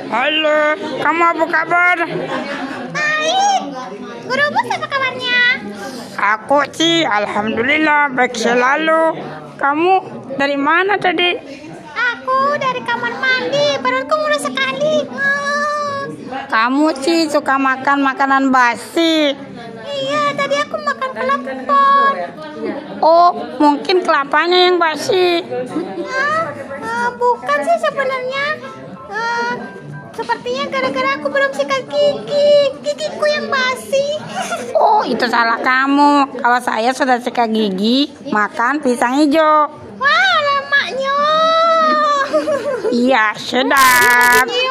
Halo, kamu apa kabar? Baik. Guru Bus apa kabarnya? Aku sih alhamdulillah baik selalu. Kamu dari mana tadi? Aku dari kamar mandi. Perutku mulus sekali. Kamu sih suka makan makanan basi. Iya, tadi aku makan klepon. Oh, mungkin kelapanya yang basi. Bukan sih sebenarnya. Sepertinya gara-gara aku belum sikat gigiku yang basi. Oh, itu salah kamu. Kalau saya sudah sikat gigi, makan pisang hijau. Wah, lemaknya. Iya, sedap. Iya.